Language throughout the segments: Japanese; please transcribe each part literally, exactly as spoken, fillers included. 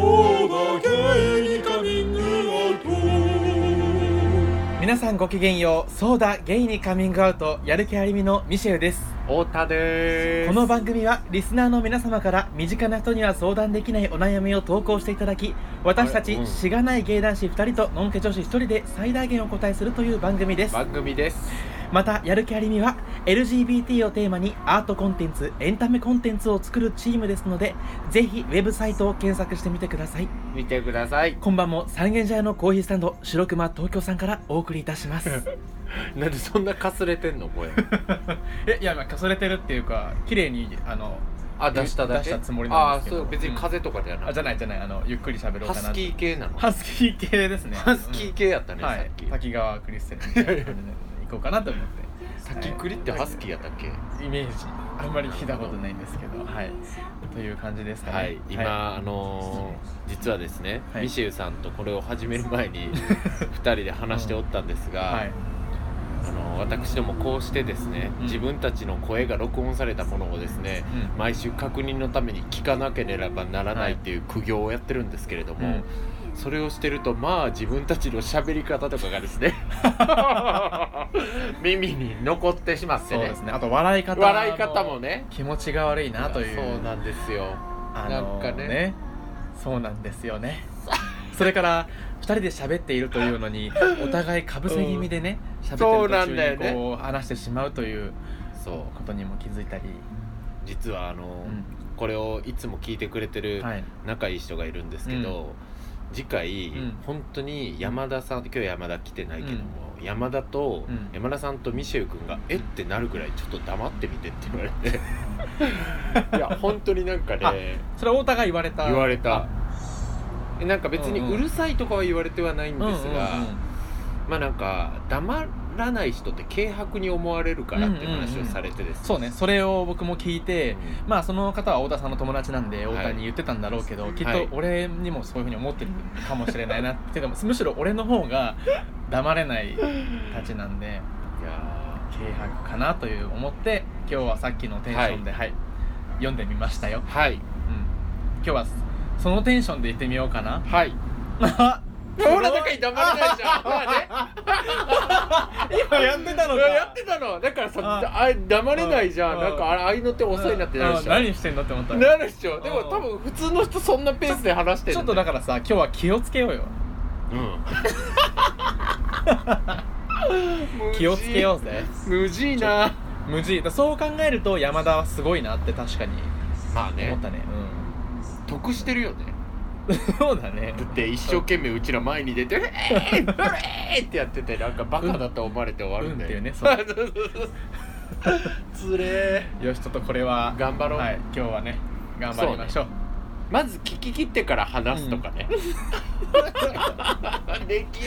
そうだゲイにカミングアウト。 皆さんごきげんよう。そうだゲイにカミングアウト、やる気ありみのミシェルです。 太田です。 この番組はリスナーの皆様から身近な人には相談できないお悩みを投稿していただき、私たち、うん、しがないゲイ男子ふたりとのんけ女子ひとりで最大限お答えするという番組です。 番組です。 またやる気ありみは エルジービーティー をテーマにアートコンテンツ、エンタメコンテンツを作るチームですので、ぜひウェブサイトを検索してみてください。 見てください。 今晩も三軒茶屋のコーヒースタンド白熊東京さんからお送りいたしますなんでそんなかすれてんのこれえ、いや、まあかすれてるっていうか、綺麗にあのあ出しただけ出したつもりなんですけど。 ああ、そう、別に風邪とかじゃない、うん、 あ、じゃないじゃない、あのゆっくり喋ろうかな。 ハスキー系なの。 ハスキー系ですね。 ハスキー系やったね、 うん、はい、 さっき滝川クリステルみたいな感じで行こうかなと思って。 滝栗ってハスキーやったっけ、 イメージあんまり聞いたことないんですけど、はい、という感じですかね。 はい、今、はい、あのー、実はですね、はい、ミシェルさんとこれを始める前にふたりで話しておったんですが、うん、はい、あの私どもこうしてですね、うん、自分たちの声が録音されたものをですね、うん、毎週確認のために聞かなければならないっていう苦行をやってるんですけれども、はい、うん、それをしてると、まあ自分たちの喋り方とかがですね耳に残ってしまってね。 そうですね。あと笑い方笑い方もね、 気持ちが悪いなという。 そうなんですよ、あのー、なんか ね, ねそうなんですよねそれからふたりで喋っているというのにお互いかぶせ気味でね、喋、うん、ってる途中にこう話してしまうということにも気づいたり。 実はあのーうん、これをいつも聞いてくれてる仲いい人がいるんですけど、はい、うん、次回、うん、本当に山田さん、今日山田来てないけども、うん、山田と、うん、山田さんとミシェル君がえってなるぐらいちょっと黙ってみてって言われていや本当になんかね、 それは太田が言われた。 言われた。なんか別にうるさいとかは言われてはないんですが、うんうんうん、まあなんか黙らない人って軽薄に思われるからって話をされてですね、うんうんうん、 そうね、それを僕も聞いて、うん、まあその方は太田さんの友達なんで太田に言ってたんだろうけど、はい、きっと俺にもそういうふうに思ってるかもしれないなっていうか、むしろ俺の方が黙れないたちなんで、いや軽薄かなという思って今日はさっきのテンションで、はいはい、読んでみましたよ。はい、うん、今日はそのテンションで言ってみようかな。はい。 ほら、だから黙れないじゃん。ほらね。 今やってたのか。 やってたの。だからさ、ああ黙れないじゃん。なんかあれ、あいの手遅いなってなるでしょ。 何してんのって思った。 なるでしょ。でも多分普通の人そんなペースで話してる。 ちょっとだからさ、今日は気をつけようよ。うん。気をつけようぜ。 無事な。 無事。そう考えると山田はすごいなって確かに。まあね。思ったね。うん。 得してるよね。 そうだね。 だって一生懸命うちら前に出て「えー、ブレー!」ってやってて、なんかバカだと思われて終わるんだよ、うん、っていうね。そうつれー。よし、ちょっとこれは頑張ろう、 はい、今日はね頑張りましょう。 まず聞き切ってから話すとかね、うん、できね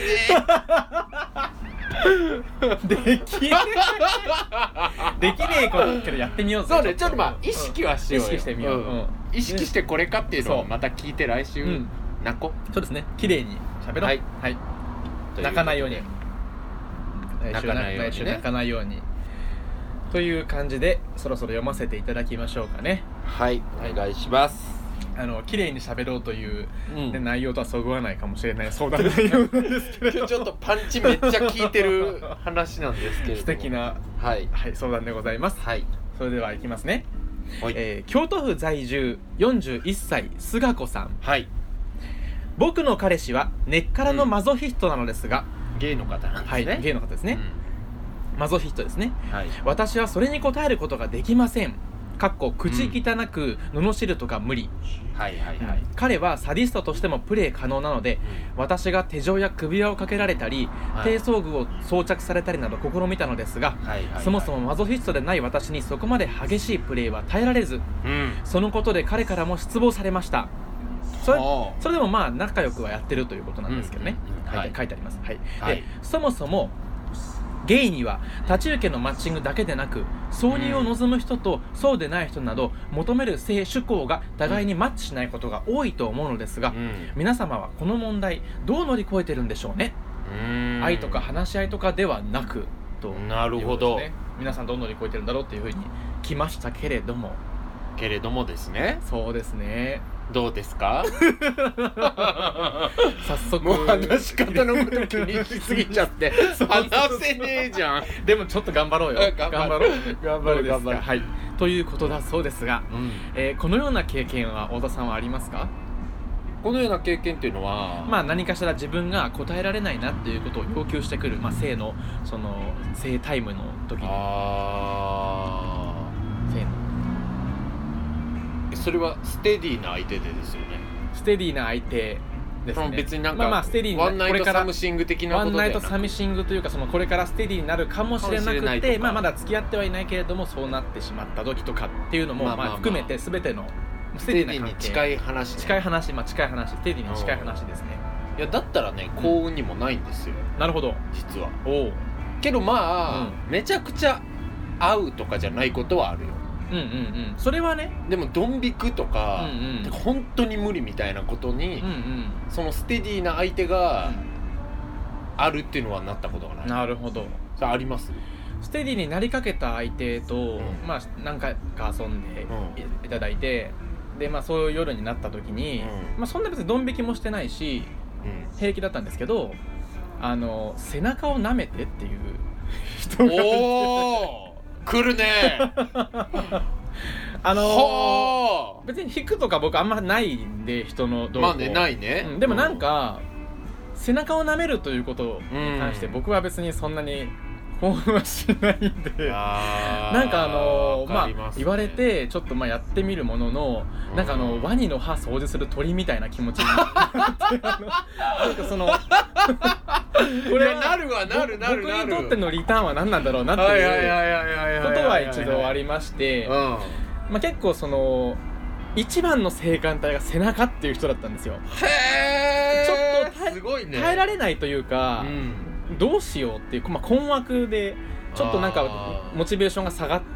えできねえできねえことけどやってみようぜ。 そうね、ちょっとまあ意識はしようよ、 うん、意識してみよう、うん、 意識してこれかっていうのをまた聞いて来週、うん、泣こう。そうですね、綺麗に喋ろう。はい、はい、泣かないように、来週来週泣かないようにという感じで、そろそろ読ませていただきましょうかね。 はい、お願いします。 あの綺麗に喋ろうという、うん、内容とはそぐわないかもしれない相談内容なんですけれどちょっとパンチめっちゃ効いてる話なんですけれども素敵な、はいはい、相談でございます。はい、それではいきますね。はい、えー、京都府在住よんじゅういっさい菅子さん。はい、僕の彼氏は根っからのマゾヒストなのですが、 うん、ゲイの方なんですね。 はい、ゲイの方ですね、うん、マゾヒストですね、はい、私はそれに応えることができません。かっこ口汚く罵るとか無理、うん、はいはいはい、彼はサディストとしてもプレイ可能なので、うん、私が手錠や首輪をかけられたり、はい、低装具を装着されたりなど試みたのですが、はいはいはい、そもそもマゾフィストでない私にそこまで激しいプレイは耐えられず、うん、そのことで彼からも失望されました。それ、それでもまあ仲良くはやってるということなんですけどね、うんうんうん、はい、書いてあります、はいはい、でそもそもゲイには立ち受けのマッチングだけでなく、挿入を望む人とそうでない人など求める性趣向が互いにマッチしないことが多いと思うのですが、うん、皆様はこの問題どう乗り越えてるんでしょうね。うーん、愛とか話し合いとかではなくと、 なるほど、 ね、皆さんどう乗り越えてるんだろうっていうふうに来ましたけれどもけれどもですね。 そうですね。 どうですか早速もう話し方のこと気にしすぎちゃって話せねえじゃん。 でもちょっと頑張ろうよ頑張ろう頑張る頑張る、 はい、ということだそうですが、 うんえー、このような経験は太田さんはありますか？ このような経験っていうのは、 まあ、何かしら自分が答えられないなっていうことを要求してくる、まあ、性のその性タイムの時にあ性のそれはステディな相手でですよね。 ステディな相手ですね。 別になんか、 まあまあステディワンナイトサムシング的なことではなく、 ワンナイトサムシングというかそのこれからステディになるかもしれなくて、まあ、まだ付き合ってはいないけれどもそうなってしまった時とかっていうのも、まあまあまあ、含めて全てのステディに近い話、ね、 近い話、まあ近い話、ステディに近い話ですね。 いやだったらね幸運にもないんですよ、 うん、なるほど実は。 おうけどまあ、 うん、 めちゃくちゃ合うとかじゃないことはあるよ。 うんうんうん、それはね。 でもドン引くとか、 うんうん、 本当に無理みたいなことに、 うんうん、そのステディな相手があるっていうのはなったことがない。 なるほど。 それあります？ ステディになりかけた相手と、 うんまあ、何回か遊んでいただいて、うん、でまあ、そういう夜になった時に、うんまあ、そんな別にドン引きもしてないし、うん、平気だったんですけど、あの背中を舐めてっていう人がおー来るねあのー、別に引くとか僕あんまないんで人の動画を、 まあねないね、 うん、でもなんか、うん、背中を舐めるということに関して僕は別にそんなに興奮はしないんで、なんかあのー、まあ言われてちょっとまあやってみるものの、うん、なんかあのワニの歯掃除する鳥みたいな気持ちになってなんかそのこれはなるわなるなるなる僕にとってのリターンは何なんだろうなっていうことは一度ありまして、まあ結構その一番の性感帯が背中っていう人だったんですよ。 へーちょっとすごいね、 耐えられないというか、うんどうしようっていう、まあ、困惑でちょっとなんかモチベーションが下がって、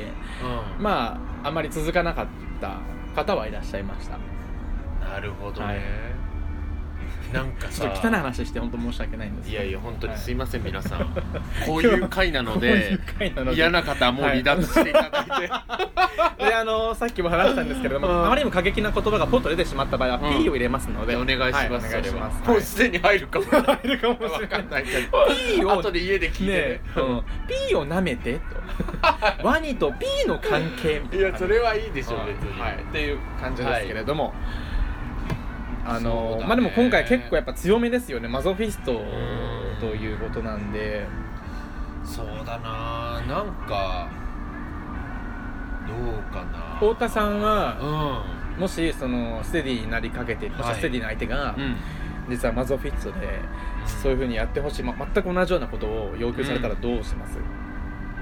うん、まああまり続かなかった方はいらっしゃいました。 なるほどね、 はい、 なんかさちょっと汚い話して本当申し訳ないんですけど、 いやいや本当にすいません、はい、皆さんこういう回なので嫌な方はもう離脱していただいて、 はい、であのさっきも話したんですけれども、うん、あまりにも過激な言葉がポッと出てしまった場合は P を入れますので、 うん、お願いします、はい、お願いします。もうすでに入るかも入るかもしれないけど P を後で家で聞いて、ねうん、P を舐めてとワニと P の関係みたいな、 いやそれはいいでしょ別に、 はい、っていう感じですけれども、はいあのー、まあでも今回結構やっぱ強めですよね、マゾフィストということなんで。 そうだな、なんかどうかな。 太田さんは、 うん、 もしそのステディになりかけてる、はい、ステディの相手が、うん、実はマゾフィストで、うん、そういう風にやってほしい、ま、全く同じようなことを要求されたらどうします？うん、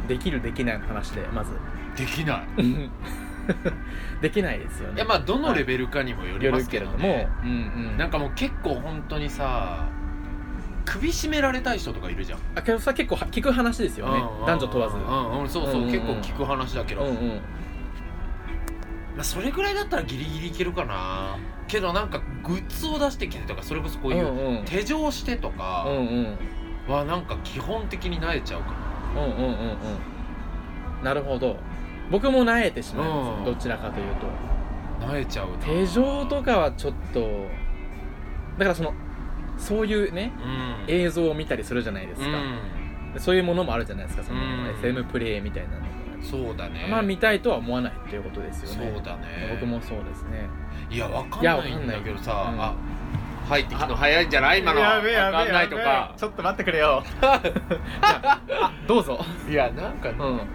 できるできないの話でまず。 できないできないですよね。 いやまあどのレベルかにもよりますけどね、 はい、うんうん、 なんかもう結構本当にさ首絞められたい人とかいるじゃん。 あ、けどさ結構聞く話ですよね、うんうん、男女問わず、 うんうん、そうそう、うんうん、結構聞く話だけど、うんうん、まあ、それぐらいだったらギリギリいけるかな。けどなんかグッズを出してきてとかそれこそこういう手錠してとかはなんか基本的に萎えちゃうかな。 うんうんうんうん、なるほど。僕も萎えてしまいます、うん、どちらかというと萎えちゃうな。 手錠とかはちょっとだからそのそういうね、うん、映像を見たりするじゃないですか、うん、そういうものもあるじゃないですか、その、うん、エフエム プレイみたいなのが。 そうだね、 まあ見たいとは思わないっていうことですよね。 そうだね、 僕もそうですね。 いやわかんないんだけどさ、うん、あ入ってきたの早いんじゃない今の。 やべえやべえわかんないとかちょっと待ってくれよあどうぞ。 いやなんかなんだろう、うん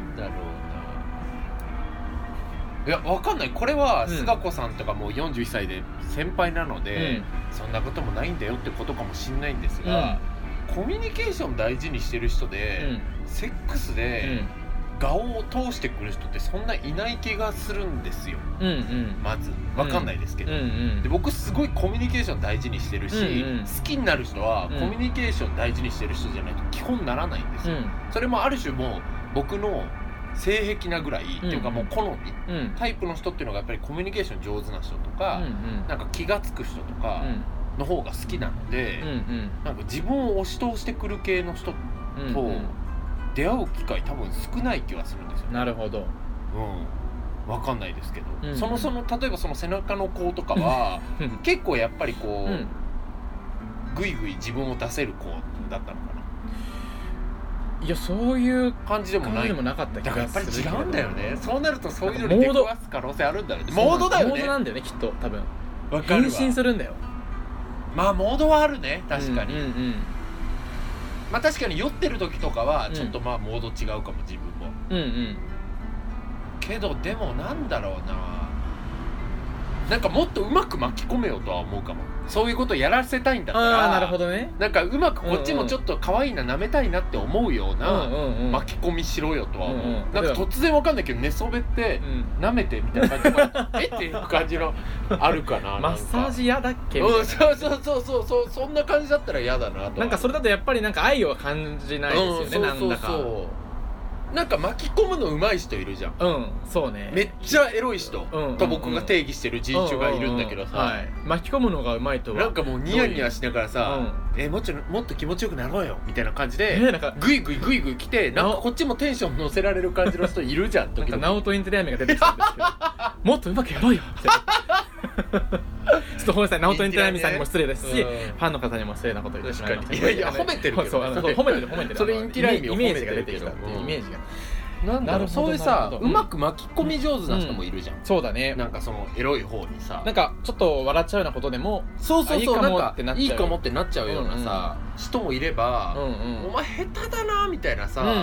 いやわかんない。これは菅子さんとかもうよんじゅういっさいで先輩なので、うん、そんなこともないんだよってことかもしんないんですが、うん、コミュニケーション大事にしてる人で、うん、セックスで顔を通してくる人ってそんないない気がするんですよ、うんうん、まずわかんないですけど、うんうん、で僕すごいコミュニケーション大事にしてるし、うんうん、好きになる人はコミュニケーション大事にしてる人じゃないと基本ならないんですよ、うん、それもある種もう僕の性癖なぐらい、うん、っていうかもう好み、うん、タイプの人っていうのがやっぱりコミュニケーション上手な人とか、うんうん、なんか気がつく人とかの方が好きなので、うんうん、なんか自分を押し通してくる系の人と出会う機会多分少ない気はするんですよ、ね、 なるほど、 うん、 分かんないですけど、 うん、 そのその例えばその背中の子とかは結構やっぱりこう、うん、ぐいぐい自分を出せる子だったのかな。 いやそういう感じでもない。 でもなかった気がする。 だからやっぱり違うんだよね。そうなるとそういうのに出くわす可能性あるんだよね。モードだよね。 モードなんだよねきっと多分。 わかるわ。 変身するんだよ。 まあモードはあるね確かに。 うんうんうん、 まあ確かに酔ってる時とかはちょっとまあモード違うかも自分も。 うんうん。 けどでもなんだろうな。なんかもっとうまく巻き込めようとは思うかも。そういうことやらせたいんだったら、 あなるほどね、 なんかうまくこっちもちょっと可愛いな、舐めたいなって思うような巻き込みしろよとは思う、うんうん、なんか突然わかんないけど寝そべって舐めてみたいな感じがえっていう感じのあるかな。 マッサージ嫌だっけみたいな、 うん、そうそうそうそうそうそんな感じだったら嫌だなと。 なんかそれだとやっぱりなんか愛を感じないですよね、うん、そうそうそう、なんだかなんか巻き込むの上手い人いるじゃん。 うんそうね、 めっちゃエロい人と僕が定義してる人種がいるんだけどさ、 はい、巻き込むのが上手いとはなんかもうニヤニヤしながらさ、うん、えもっともっと気持ちよくなろうよみたいな感じで、 ね、なんかグイグイグイグイ来てなんかこっちもテンション乗せられる感じの人いるじゃん。 なんかナオトインテリアメが出てきたんですけどもっとうまくやろうよってちょっとごめんなさい、ナオトインテリアメさんにも失礼ですし、うん、ファンの方にも失礼なこと言ってしまいました。 いやいや褒めてるけど、ね、 そうそう褒めてる褒めてるそれインティライミをイメージが出てきたっていうイメージが、 なんだろう、そういうさ、うまく巻き込み上手な人もいるじゃん、 うん、そうだね。 なんかそのエロい方にさ、 なんかちょっと笑っちゃうようなことでもそうそうそう、 なんかいいかもってなっちゃうようなさ、うんうん、人もいれば、うんうん、お前下手だなみたいなさ、うんうんうん、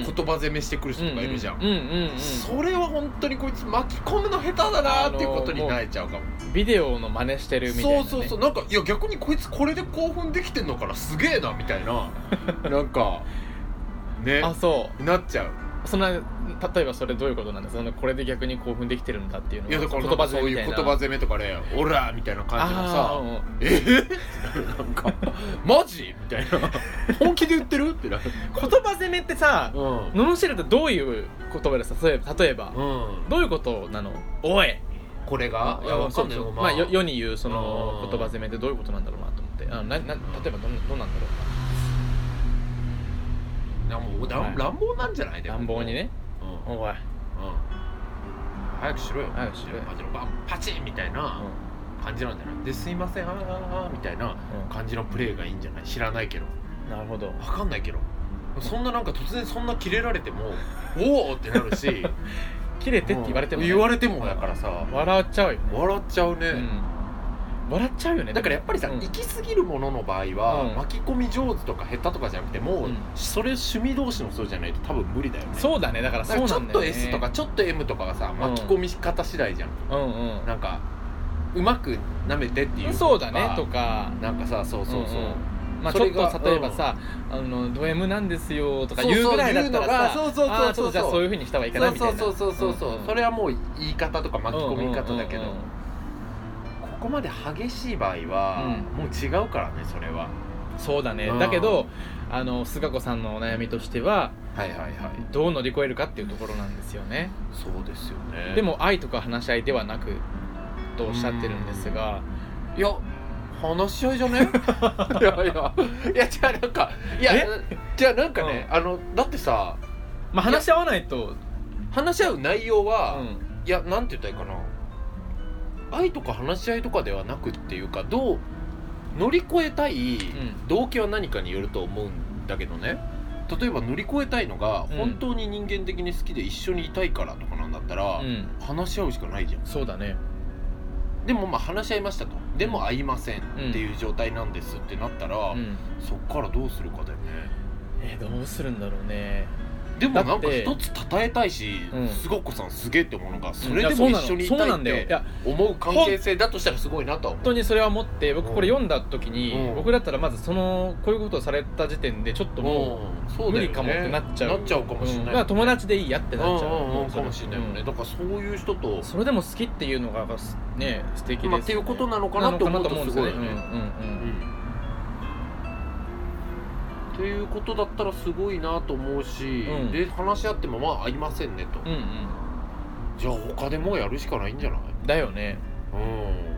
言葉攻めしてくる人とかいるじゃん、うんうんうんうん、それは本当にこいつ巻き込むの下手だなっていうことになれちゃうかも。 ビデオの真似してるみたいな、ね、 そうそうそう、なんかいや逆にこいつこれで興奮できてんのからすげえなみたいななんかね、 あそうなっちゃう。 そんな例えばそれどういうことなんですか。これで逆に興奮できてるんだっていうのは。 いやだからなんかそういう言葉攻めとかね、オラみたいな感じのさ、うん、えー、なんかマジみたいな本気で言ってるってなる。 言葉攻めってさ、うん、罵るってどういう言葉ですか。例えば、例えば、うん、どういうことなの。おいこれが、いやわかんないよ、 まあ、世に言うその言葉攻めってどういうことなんだろうなと思って、あなな例えば ど, どうなんだろうな。 もう乱暴なんじゃない。 乱暴にね、うん、おい、うん、 早くしろよ早くしろよパチンみたいな感じなんじゃない。ですいませんあーあーみたいな感じのプレーがいいんじゃない。知らないけど。 なるほど、 分かんないけど、そんななんか突然そんなキレられてもおおってなるしキレてって言われても、ね、 言われてもだからさ笑っちゃうよね。 笑っちゃうね、うん笑っちゃうよね。 だからやっぱりさ、うん、行き過ぎるものの場合は、うん、巻き込み上手とか下手とかじゃなくてもう、うん、それ趣味同士の人じゃないと多分無理だよね。そうだね。だからそうなんだよね。ちょっと エス とかちょっと エム とかがさ、巻き込み方次第じゃん、うんうん、なんかうまく舐めてっていうそうだねとかなんかさそうそうそう、うんうん、 まあ、ちょっと例えばさ、うん、あのド M なんですよとか言うぐらいだったらさ、 そうそうそうそう、あ、ちょっとじゃあそういう風にした方がいいかなみたいな、 そうそうそうそう、うんうん、それはもう言い方とか巻き込み方だけど、うんうんうんうん、ここまで激しい場合は、うん、もう違うからねそれは。 そうだね、うん、だけどあの菅子さんのお悩みとしては、はいはいはい、どう乗り越えるかっていうところなんですよね。 そうですよね。 でも愛とか話し合いではなくとおっしゃってるんですが、 いや話し合いじゃねいやいやいやじゃあなんかいやじゃあなんかね、うん、あのだってさ、 まあ、話し合わないと話し合う内容は、うん、いやなんて言ったらいいかな、愛とか話し合いとかではなくっていうか、どう乗り越えたい動機は何かによると思うんだけどね。例えば乗り越えたいのが本当に人間的に好きで一緒にいたいからとかなんだったら、うん、話し合うしかないじゃん。 そうだね。 でもまあ話し合いましたと、でも会いませんっていう状態なんですってなったら、うん、そっからどうするかだよね。 えー、どうするんだろうね。 でもなんか一つ称えたいし、菅子さんすげえって思うのが、それでも一緒にいたいって思う関係性だとしたらすごいなとは思う。 本当にそれは思って、僕これ読んだ時に、うん、僕だったらまずそのこういうことをされた時点でちょっともう無理かもってなっちゃう、 なっちゃうかもしれない、ね、 だから友達でいいやってなっちゃう、 うんうん、かもしれないよね、うん、だからそういう人とそれでも好きっていうのがね素敵ですね、 まあ、っていうことなのかなと思うとすごいよね。っていうことだったらすごいなと思うし、うん、で話し合ってもまあ合いませんねと、うんうん、じゃあ他でもうやるしかないんじゃないだよね、 うん、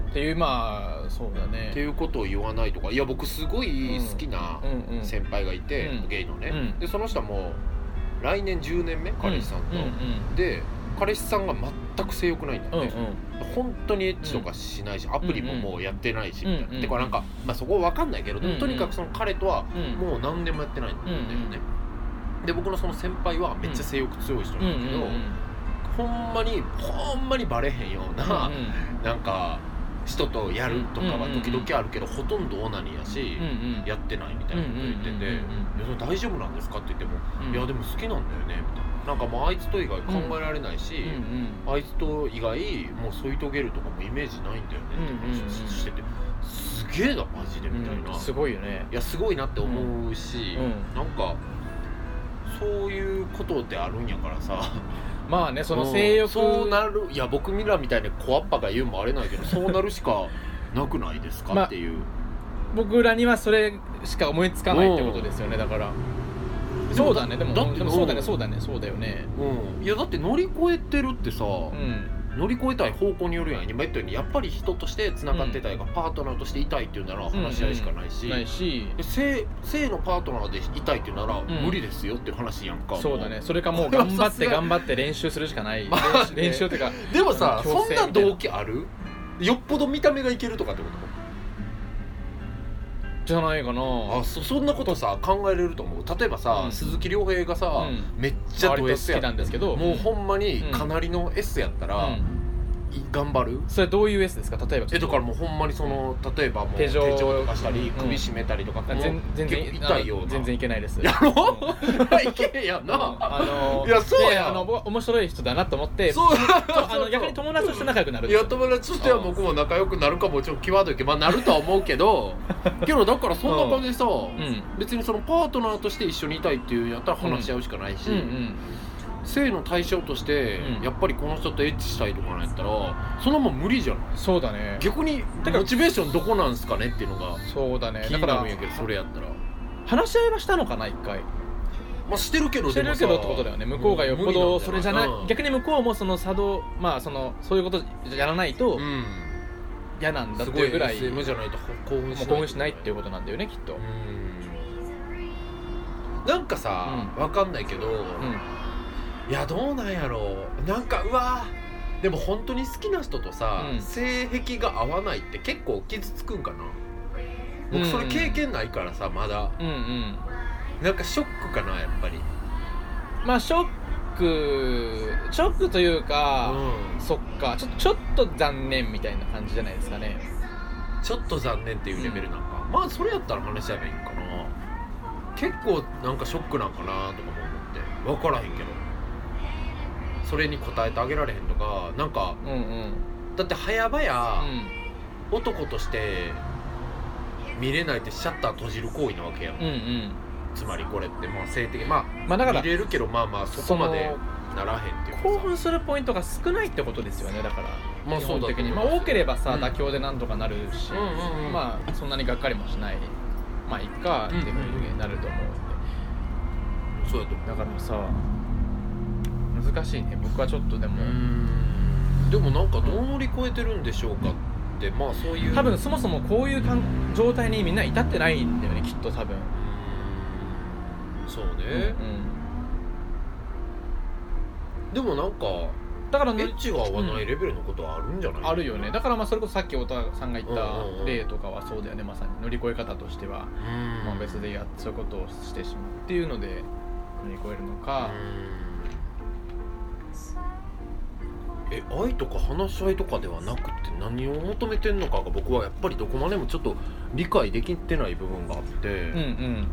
っていうまあそうだねっていうことを言わないとか。いや僕すごい好きな先輩がいて、うんうんうん、ゲイのね、うん、でその人はもう来年じゅうねんめ彼氏さんと、うんうん、で彼氏さんが全く性欲ないんだって、うんうん、本当にエッチとかしないし、うん、アプリももうやってないしみたいな、うんうん、てかなんか、まあ、そこは分かんないけど、うんうん、とにかくその彼とはもう何年もやってないんだよね、うんうん、で僕のその先輩はめっちゃ性欲強い人なんだけど、うんうんうん、ほんまにほんまにバレへんような、うんうん、なんか人とやるとかは時々あるけど、うんうん、ほとんどオナニーやし、うんうん、やってないみたいなこと言ってて、うんうんうんうん、いやそれ大丈夫なんですかって言っても、うん、いやでも好きなんだよねみたいな、なんかもうあいつと以外考えられないし、うんうんうん、あいつと以外もう添い遂げるとかもイメージないんだよねって話してて、すげえなマジでみたいな、 うん、すごいよね。 いやすごいなって思うし、うんうん、なんかそういうことってあるんやからさまあね、その性欲、 そうなる、いや僕らみたいに小っぱが言うもあれないけどそうなるしかなくないですか、まあ、っていう、 僕らにはそれしか思いつかないってことですよね。だからそうだね、でもだってでもそうだね、そうだね、そうだよね、 うん、いやだって乗り越えてるってさ、うん、乗り越えたい方向によるやん。今言ったようにやっぱり人としてつながってたいか、うん、パートナーとしていたいっていうなら話し合いしかないし、うんうん、ないし性、性のパートナーでいたいっていうなら、うん、無理ですよっていう話やんか。 そうだね、それかもう頑張って頑張って練習するしかない、まあね、練習っていうかでもさ、そんな動機ある？よっぽど見た目がいけるとかってことじゃないかなあ。 そ, そんなことさ考えれると思う。例えばさ、うん、鈴木亮平がさ、うん、めっちゃド S やったんですけど、もうほんまにかなりの S やったら、うんうん頑張る。 それどういう S ですか？例えばえだからもうほんまにその例えばもう手錠とかしたり、うん、首絞めたりとか、うん、全然痛いような。 全然いけないです。 やろ？いけんやんな、うん、 あのいやそうやあの面白い人だなと思ってそうあの逆に友達として仲良くなる。 いや友達としては僕も仲良くなるかもちろん際どいけど、まあなるとは思うけどけどだからそんな感じでさ、うん、別にそのパートナーとして一緒にいたいっていうやったら話し合うしかないし、うんうんうん性の対象として、うん、やっぱりこの人とエッチしたいとかなんやったらそのまま無理じゃない。 そうだね。 逆にモチベーションどこなんすかねっていうのがそうだね。 気になるんやけど、それやったら話し合いはしたのかな一回。 まあしてるけどしてるけどってことだよね。向こうがよっぽどそれじゃない、うん、逆に向こうもその作動まあそのそういうことやらないと嫌なんだっていうぐらい、 すごい エスエム じゃないと興奮しない、 興奮しないっていうことなんだよねきっと。 うんなんかさ、うん、わかんないけど。うんいやどうなんやろう。なんかうわでも本当に好きな人とさ、うん、性癖が合わないって結構傷つくんかな。僕それ経験ないからさまだ、うんうん、なんかショックかなやっぱり。 まあショックショックというか、うん、そっかちょ、ちょっと残念みたいな感じじゃないですかね。 ちょっと残念っていうレベルなんか、うん、まあそれやったら話し合えばいいんかな。結構なんかショックなんかなとかも思って分からへんけどそれに応えてあげられへんとかなんか、うんうん、だって早々、うん、男として見れないってシャッター閉じる行為なわけやん、うんうん、つまりこれってまあ性的まあ、まあ、だから見れるけどまあまあそこまでならへんっていうか興奮するポイントが少ないってことですよね。だからまあ基本的に、まあ、多ければさ、うん、妥協でなんとかなるし、うんうんうん、まあそんなにがっかりもしないまあいっかっていうふうになると思うんで、 うんうん、そうやとだからさ難しいね。僕はちょっとでもうーんでもなんかどう乗り越えてるんでしょうかって、うん、まあそういう多分そもそもこういうかん状態にみんな至ってないんだよねきっと多分。 そうね、うんうん、でもなんかだからエッチが合わないレベルのことはあるんじゃない、 うん、あるよね。だからまあそれこそさっき太田さんが言った例とかはそうだよね。まさに乗り越え方としては、うんまあ、別でやそういうことをしてしまうっていうので乗り越えるのか、うんえ愛とか話し合いとかではなくて何を求めてんのかが僕はやっぱりどこまでもちょっと理解できてない部分があって、うんうん、うーん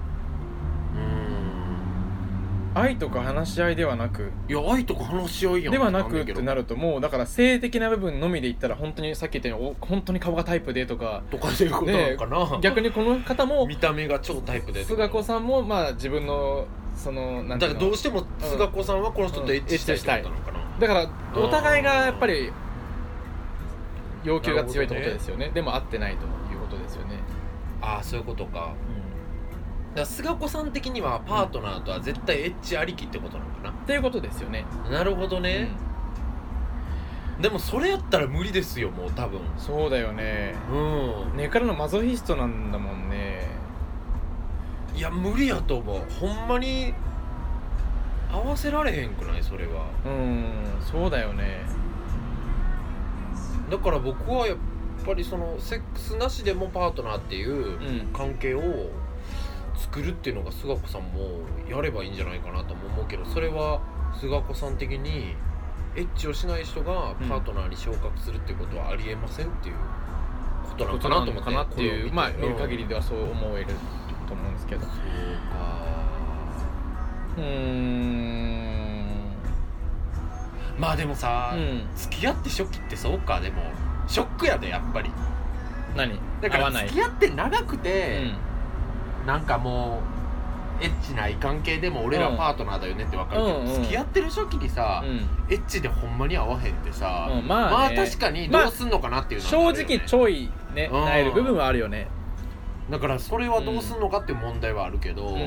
愛とか話し合いではなくいや愛とか話し合いやんではなくってなるともうだから性的な部分のみで言ったら本当にさっき言ったように本当に顔がタイプでとかとかっていうことなのかな。 逆にこの方も見た目が超タイプで菅子さんもまあ自分のそのなんていうのだからどうしても菅子さんはこの人とエッチしたいってことなのかな、うんだからお互いがやっぱり要求が強いってことですよ ね, ねでも合ってないということですよね。 ああそういうことか、うん、だから菅子さん的にはパートナーとは絶対エッチありきってことなのかな、 うん、っていうことですよね。 なるほどね、うん、でもそれやったら無理ですよもう多分。 そうだよね、うん、根からのマゾヒストなんだもんね。 いや無理やと思うほんまに。 合わせられへんくないそれは。 うん、そうだよね。 だから僕はやっぱりそのセックスなしでもパートナーっていう関係を作るっていうのが菅子さんもやればいいんじゃないかなとも思うけど、それは菅子さん的にエッチをしない人がパートナーに昇格するっていうことはありえませんっていうことなのかなと思って、 かなっていう、まあ見る限りではそう思えると思うんですけど。そうか。うーん。 まあでもさ、うん、付き合って初期ってそうか、でもショックやでやっぱり。 何？ だから付き合って長くて、うん、なんかもうエッチない関係でも俺らパートナーだよねって分かるけど、うんうん、付き合ってる初期にさ、うん、エッチでほんまに合わへんってさ、うん、まあ、ね、まあ確かにどうすんのかなっていうのは、 ね、まあ、正直ちょいねなえる部分はあるよね。 だからそれはどうすんのかっていう問題はあるけど、うんうんうん、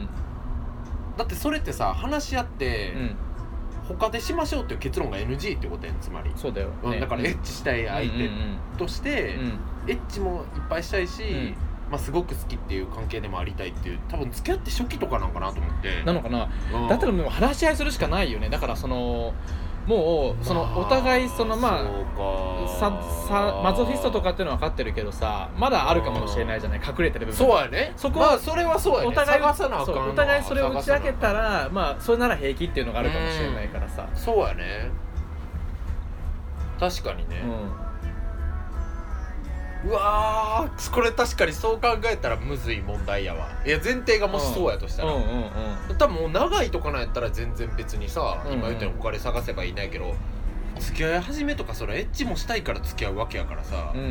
だってそれってさ話し合って、うん、他でしましょうっていう結論が エヌジー ってことやん、つまり。 そうだよ、ね、 うん、だからエッチしたい相手として、うんうんうん、エッチもいっぱいしたいし、うん、まあ、すごく好きっていう関係でもありたいっていう、多分付き合って初期とかなんかなと思って。 なのかな、うん、だったらもう話し合いするしかないよね。だからそのもうそのお互いそのまあささマゾフィストとかっていうのは分かってるけどさ、まだあるかもしれないじゃない、隠れてる部分。 そうやね。そこは、まあ、それはそうやね。お互い探さなあかんの。 お互いそれを打ち明けたら、まあそれなら平気っていうのがあるかもしれないからさ。 うそうやね。確かにね。うん、うわー、これ確かにそう考えたらむずい問題やわ。いや前提がもしそうやとしたら、うんうんうんうん、多分もう長いとかなんやったら全然別にさ、うんうん、今言ったように他で探せばいいんやけど、付き合い始めとかそれエッチもしたいから付き合うわけやからさ、うんうんうん、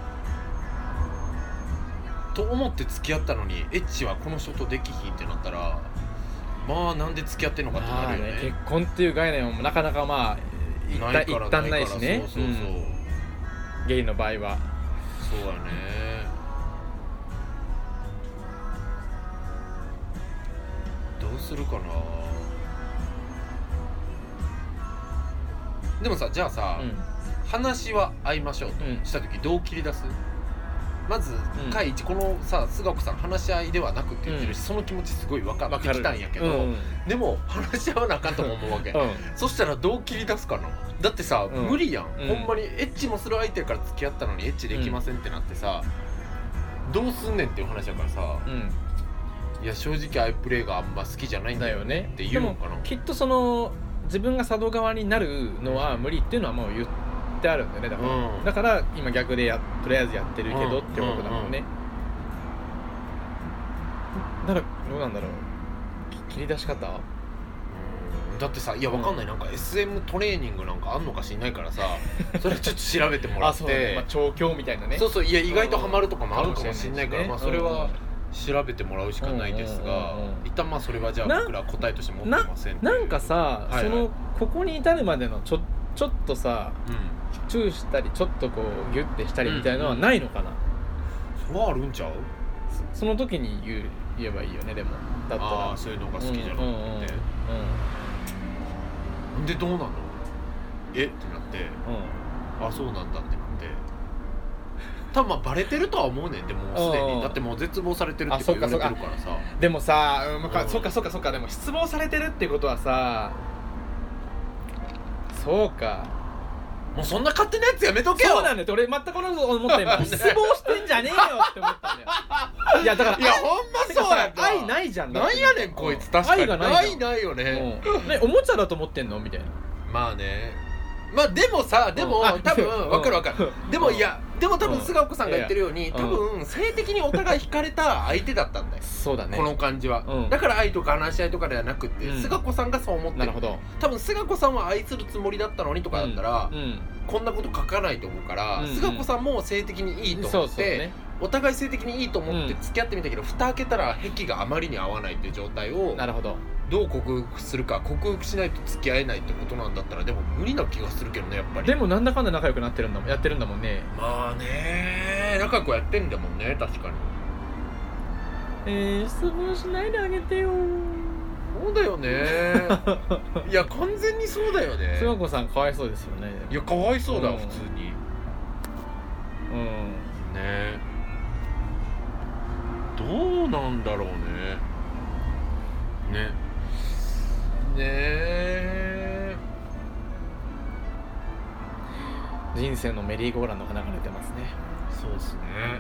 と思って付き合ったのにエッチはこの人とできひんってなったら、まあなんで付き合ってんのかってなるよね。 結婚っていう概念もなかなかまあ一旦一旦ないしね。 そうそうそう、うん、 ゲイの場合はそうやね。どうするかな。でもさ、じゃあさ、うん、話は合いましょうとした時どう切り出す？まず第一、このさ菅子さん話し合いではなくって言ってるし、うん、その気持ちすごい分かってきたんやけど、うん、でも話し合わなあかんとも思うわけ、うん、そしたらどう切り出すかな。だってさ、うん、無理やん、うん、ほんまにエッチもする相手から付き合ったのにエッチできませんってなってさ、うん、どうすんねんっていう話だからさ、うん、いや正直アイプレイがあんま好きじゃないんだよねって言うのかな。 でもきっとその自分が佐渡側になるのは無理っていうのはもう言ってあるんだよね。だから、うん、だから今逆でやとりあえずやってるけどってことだもんね、うんうんうん、だからどうなんだろう、切り出し方。 うん、だってさ、いやわかんない、うん、なんか エスエム トレーニングなんかあんのかしんないからさ、それちょっと調べてもらってあ、そうね、まあ、 調教みたいなね。 そうそう、いや意外とハマるとかもあるかもしんないから、まあそれは調べてもらうしかないですが、うんうんうんうん、一旦まあそれはじゃあ僕ら答えとして持ってませんっていう。 な, なんかさ、はいはい、そのここに至るまでのちょちょっとさ、うん、チューしたりちょっとこうギュッてしたりみたいなのはないのかな、 うんうん、それはあるんちゃう。 そ, その時に言う言えばいいよね。でもだったらああそういうのが好きじゃなくて、うんうんうんうん、でどうなのえってなって、うん、あそうなんだってなって、多分まあバレてるとは思うねん。でもすでにだってもう絶望されてるって言われてるからさ。 でもさ、うん、かそっかそっかそっか、でも失望されてるってことはさ、そうか、 もうそんな勝手なやつやめとけよ。 そうなんだよ、俺全く同じこと思った今。失望してんじゃねえよって思ったんだよ。いやだから、 いやほんまそうやんな。 愛ないじゃん。 なんやねんこいつ、確かに愛がない愛ないよね、 うん、ね、おもちゃだと思ってんのみたいな。 まあね、まあでもさ、でも多分分かる分かる。でもいやでも多分菅子さんが言ってるように、多分性的にお互い惹かれた相手だったんだよ。 そうだね、 この感じは、うん、だから愛とか話し合いとかではなくって、うん、菅子さんがそう思ってる。なるほど。多分菅子さんは愛するつもりだったのにとかだったら、うんうん、こんなこと書かないと思うから、うんうん、菅子さんも性的にいいと思って、そうそうね、お互い性的にいいと思って付き合ってみたけど、うん、蓋開けたら癖があまりに合わないっていう状態を、なるほど、どう克服するか。克服しないと付き合えないってことなんだったら、でも無理な気がするけどね、やっぱり。 でもなんだかんだ仲良くなってるんだもん、やってるんだもんね。 まあね、仲良くやってんだもんね、確かに。 えー、失望しないであげてよ。 そうだよね。いや完全にそうだよね。 菅子さんかわいそうですよね。 いやかわいそうだ、うん、普通に。うんね、どうなんだろうね。ね。 え人生のメリーゴーランドが流れてますね。 そうですね。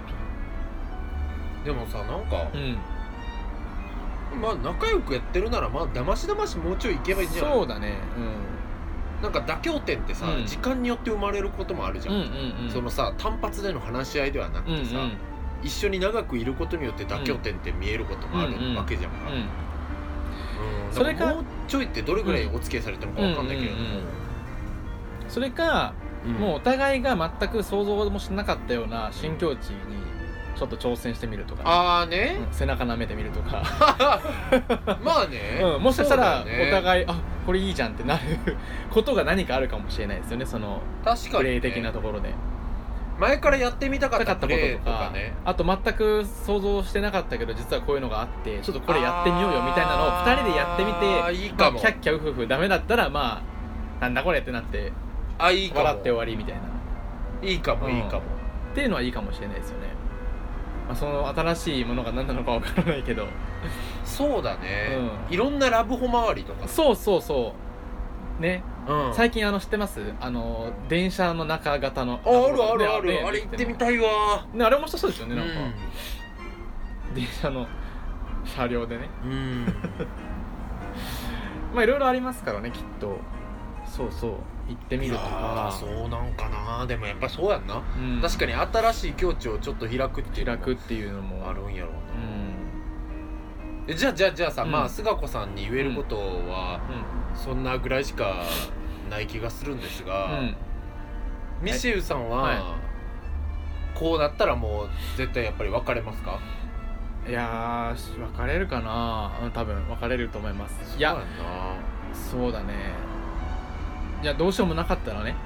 でもさ、なんか、うん、まあ仲良くやってるならまあだましだましもうちょい行けばいいんじゃない？ そうだね。 うん。なんか妥協点ってさ、うん、時間によって生まれることもあるじゃん。うんうんうん、そのさ単発での話し合いではなくてさ、うんうん、一緒に長くいることによって妥協点って見えることもあるわけじゃんか。うんうんうんうん、それかもうちょいってどれぐらいお付き合いされてるのか分かんないけれども、うんうんうん、 それか、うん、もうお互いが全く想像もしなかったような新境地にちょっと挑戦してみるとか、ね、 あーね、 うん、背中舐めてみるとかまあね、 うん、もしかしたらお互い、ね、あこれいいじゃんってなることが何かあるかもしれないですよね。その確かに、ね、 プレイ的なところで前からやってみたかったプレイとかね、 あと全く想像してなかったけど実はこういうのがあってちょっとこれやってみようよみたいなのをふたりでやってみて、 いいかも、 まあ、キャッキャウフフダメだったらまあなんだこれってなってあいいかも、 笑って終わりみたいな、 いいかも、うん、いいかもっていうのはいいかもしれないですよね。まあ、その新しいものが何なのかわからないけどそうだね、うん、いろんなラブホ周りとかそうそうそうね、うん、最近あの知ってます？あの電車の中型のああるあるある、あれ行ってみたいわ、 ね、あれ面白そうですよね。なんか、うん、電車の車両でね、うんまあいろいろありますからねきっと。そうそう行ってみるとか。 そうなんかな。でもやっぱそうやんな、うん、確かに新しい境地をちょっと開くっていう開くっていうのもあるんやろうな、うん、じゃあじゃあじゃあさ、うん、まあ菅子さんに言えることは、うん、そんなぐらいしかない気がするんですが、うん、ミシェウさんは、はい、こうなったらもう絶対やっぱり別れますか？ いやー別れるかな。多分別れると思います。 そうやんな。 そうだね。いやどうしようもなかったらね、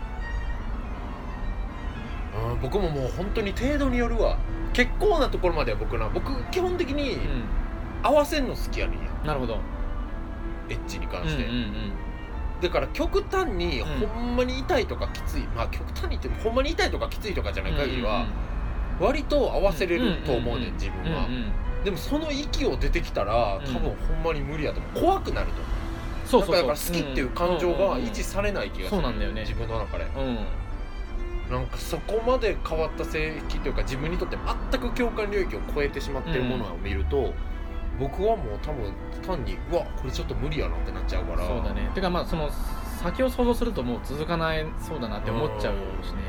うん、僕ももう本当に程度によるわ。結構なところまでは僕な僕基本的に合わせんの好きやねんや、 うん、なるほど。 エッチに関して、うんうんうん、だから極端にほんまに痛いとかきつい、うん、まあ極端に言ってもほんまに痛いとかきついとかじゃない限りは割と合わせれると思うねん自分は、うんうんうん、でもその域を出てきたら多分ほんまに無理やと思う。怖くなると思う。そうそうそう、だから好きっていう感情が維持されない気がする、 そうなんだよね、 自分の中で、うん、なんかそこまで変わった性域というか自分にとって全く共感領域を超えてしまっているものを見ると、うん、僕はもう多分単にうわこれちょっと無理やなってなっちゃうから。 そうだね。てかまあその先を想像するともう続かないそうだなって思っちゃうしね。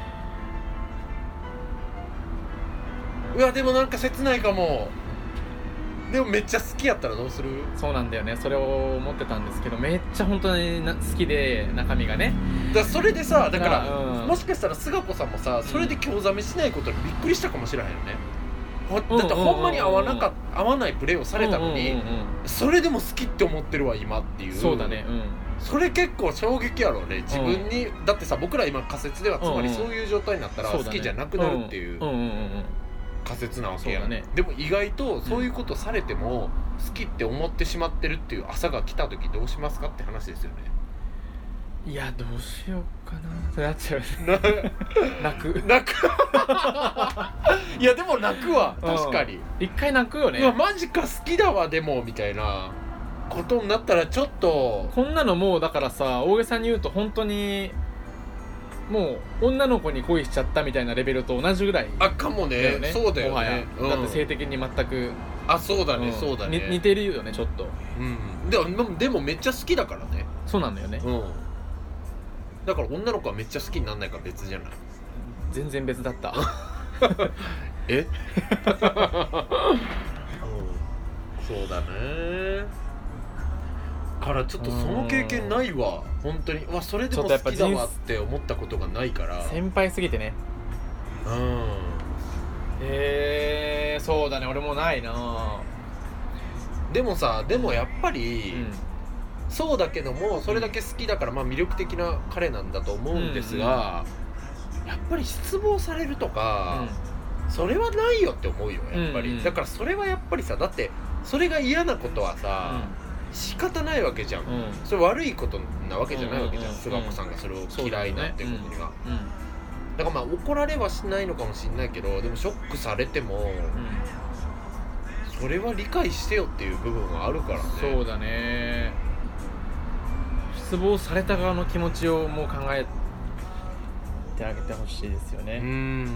うわでもなんか切ないかも。でもめっちゃ好きやったらどうする？ そうなんだよね。それを思ってたんですけどめっちゃ本当に好きで中身がね。 だからそれでさだから、うん、もしかしたら菅子さんもさそれで興ざめしないことにびっくりしたかもしれへんよね、うん、だってほんまに合わなか合わないプレーをされたのに、うんうんうんうん、それでも好きって思ってるわ今っていう。 そうだね、うん、 それ結構衝撃やろうね自分に、うん、だってさ僕ら今仮説ではつまりそういう状態になったら好きじゃなくなるっていう仮説なわけやん、ね、でも意外とそういうことされても好きって思ってしまってるっていう朝が来た時どうしますかって話ですよね。 いやどうしようかなそれなっちゃう泣く泣くいやでも泣くわ確かに一回泣くよね。 うわマジか好きだわでもみたいなことになったらちょっとこんなのもうだからさ大げさに言うと本当にもう女の子に恋しちゃったみたいなレベルと同じぐらい、ね、 あかもね。そうだよねもはや、 うん、だって性的に全くあそうだね、うん、そうだね似てるよねちょっと、 うん、でもでもめっちゃ好きだからね。 そうなんだよね、うん、 だから女の子はめっちゃ好きにならないから別じゃない。 全然別だったえ、うん、そうだねからちょっとその経験ないわ本当に。わそれでも好きだわって思ったことがないから先輩すぎてね。うんえー、そうだね俺もないな。 でもさでもやっぱり、うん、そうだけどもそれだけ好きだから、まあ、魅力的な彼なんだと思うんですが、うんうん、やっぱり失望されるとか、うん、それはないよって思うよやっぱり、うんうん、だからそれはやっぱりさだってそれが嫌なことはさ、うん仕方ないわけじゃん、うん、それ悪いことなわけじゃないわけじゃん、菅子さんがそれを嫌いなっていうことには、うんうん、だからまあ怒られはしないのかもしれないけどでもショックされても、うん、それは理解してよっていう部分はあるからね。 そうだね失望された側の気持ちをもう考えてあげてほしいですよね。 うーん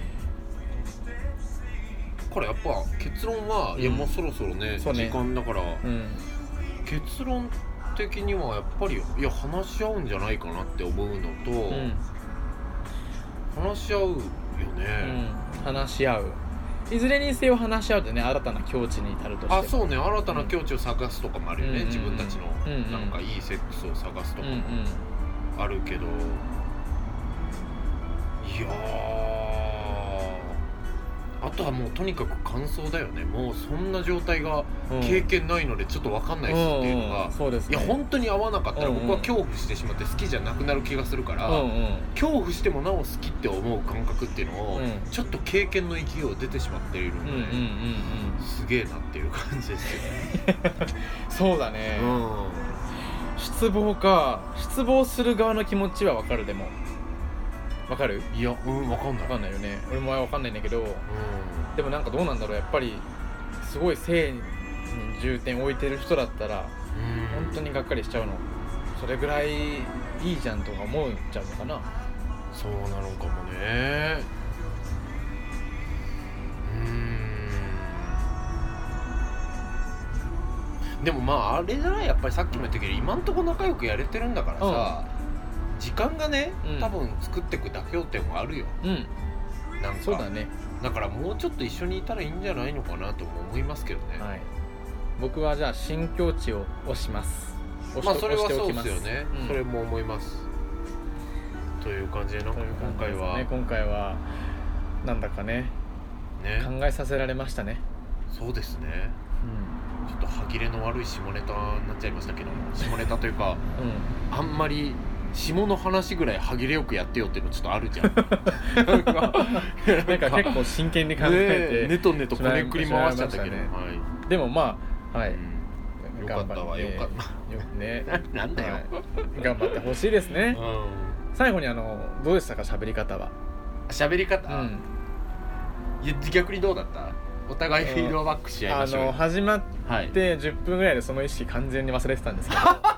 これやっぱ結論は、うん、いやもうそろそろ ね, ね時間だから、うん、結論的にはやっぱりいや話し合うんじゃないかなって思うのと、うん、話し合うよね、 うん、話し合ういずれにせよ話し合うとね新たな境地に至るとしてあそうね新たな境地を探すとかもあるよね、うん、自分たちのなんかいいセックスを探すとかもあるけど、うんうん、いやあとはもうとにかく感想だよね。もうそんな状態が経験ないのでちょっと分かんないですっていうのが、うんうんそうですね、いや本当に合わなかったら僕は恐怖してしまって好きじゃなくなる気がするから、うんうん、恐怖してもなお好きって思う感覚っていうのを、うん、ちょっと経験の勢いを出てしまっているので、うんうんうんうん、すげえなっていう感じですよねそうだね、うん、失望か失望する側の気持ちは分かる。でもわかる？ いや、うん、わかんない。 わかんないよね。俺もわかんないんだけど、うん、でもなんかどうなんだろう。やっぱりすごい性に重点置いてる人だったら、うん、本当にがっかりしちゃうの。それぐらいいいじゃんとか思っちゃうのかな。 そうなのかもね。うーん。でもまああれじゃないやっぱりさっきも言ったけど今んとこ仲良くやれてるんだからさ。うん時間がね、うん、多分作っていく妥協点もあるよ、うん、なんかそうだね。 だからもうちょっと一緒にいたらいいんじゃないのかなとも思いますけどね、はい、 僕はじゃあ新境地を押します。 押しまあそれはそうですよね、うん、それも思いますという感じでなんか今回は、 ね、今回はなんだか ね, ね考えさせられましたね。 そうですね、うん、ちょっと歯切れの悪い下ネタになっちゃいましたけど下ネタというか、うん、あんまり下の話ぐらい歯切れよくやってよっていうのちょっとあるじゃんなんかなんか結構真剣に考えて、 ね、ネトネトこねくり回しちゃったけど、ねはい、 でもまあはい、 うん、よかったわよかったよねな, なんだよ、はい、 頑張ってほしいですね、うん、最後にあのどうでしたか喋り方は。 喋り方、うん、いや逆にどうだった？お互いフィードバックし合いましょう。 あの始まってじゅっぷんぐらいでその意識完全に忘れてたんですけど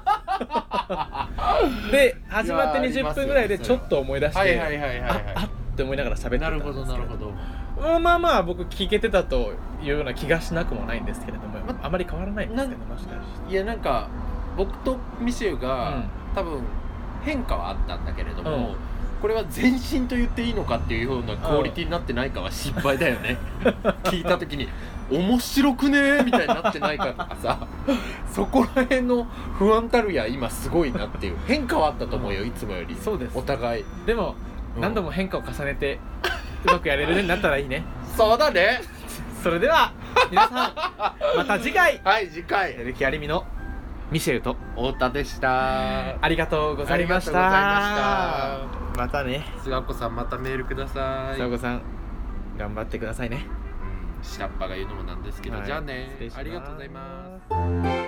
で始まってにじゅっぷんぐらいでちょっと思い出して、あっって思いながら喋ってたんですけど、なるほどなるほど、まあまあ僕聞けてたというような気がしなくもないんですけれども、まあまり変わらないんですけど、もしかして。 いやなんか僕とミシェルが、うん、多分変化はあったんだけれども、うん、これは前進と言っていいのかっていうようなクオリティになってないかは心配だよね聞いた時に面白くねーみたいになってないかとかさそこら辺の不安たるや今すごいなっていう変化はあったと思うよ、いつもより。 そうです。 お互いでも、うん、何度も変化を重ねてうまくやれるようになったらいいねそうだねそれでは皆さんまた次回はい次回エレキアリミのミシェルと太田でした。 ありがとうございました。 ありがとうございました。 またね。 菅子さんまたメールください。 菅子さん頑張ってくださいね。 うん、下っ端が言うのもなんですけど、はい、じゃあね。 ありがとうございます。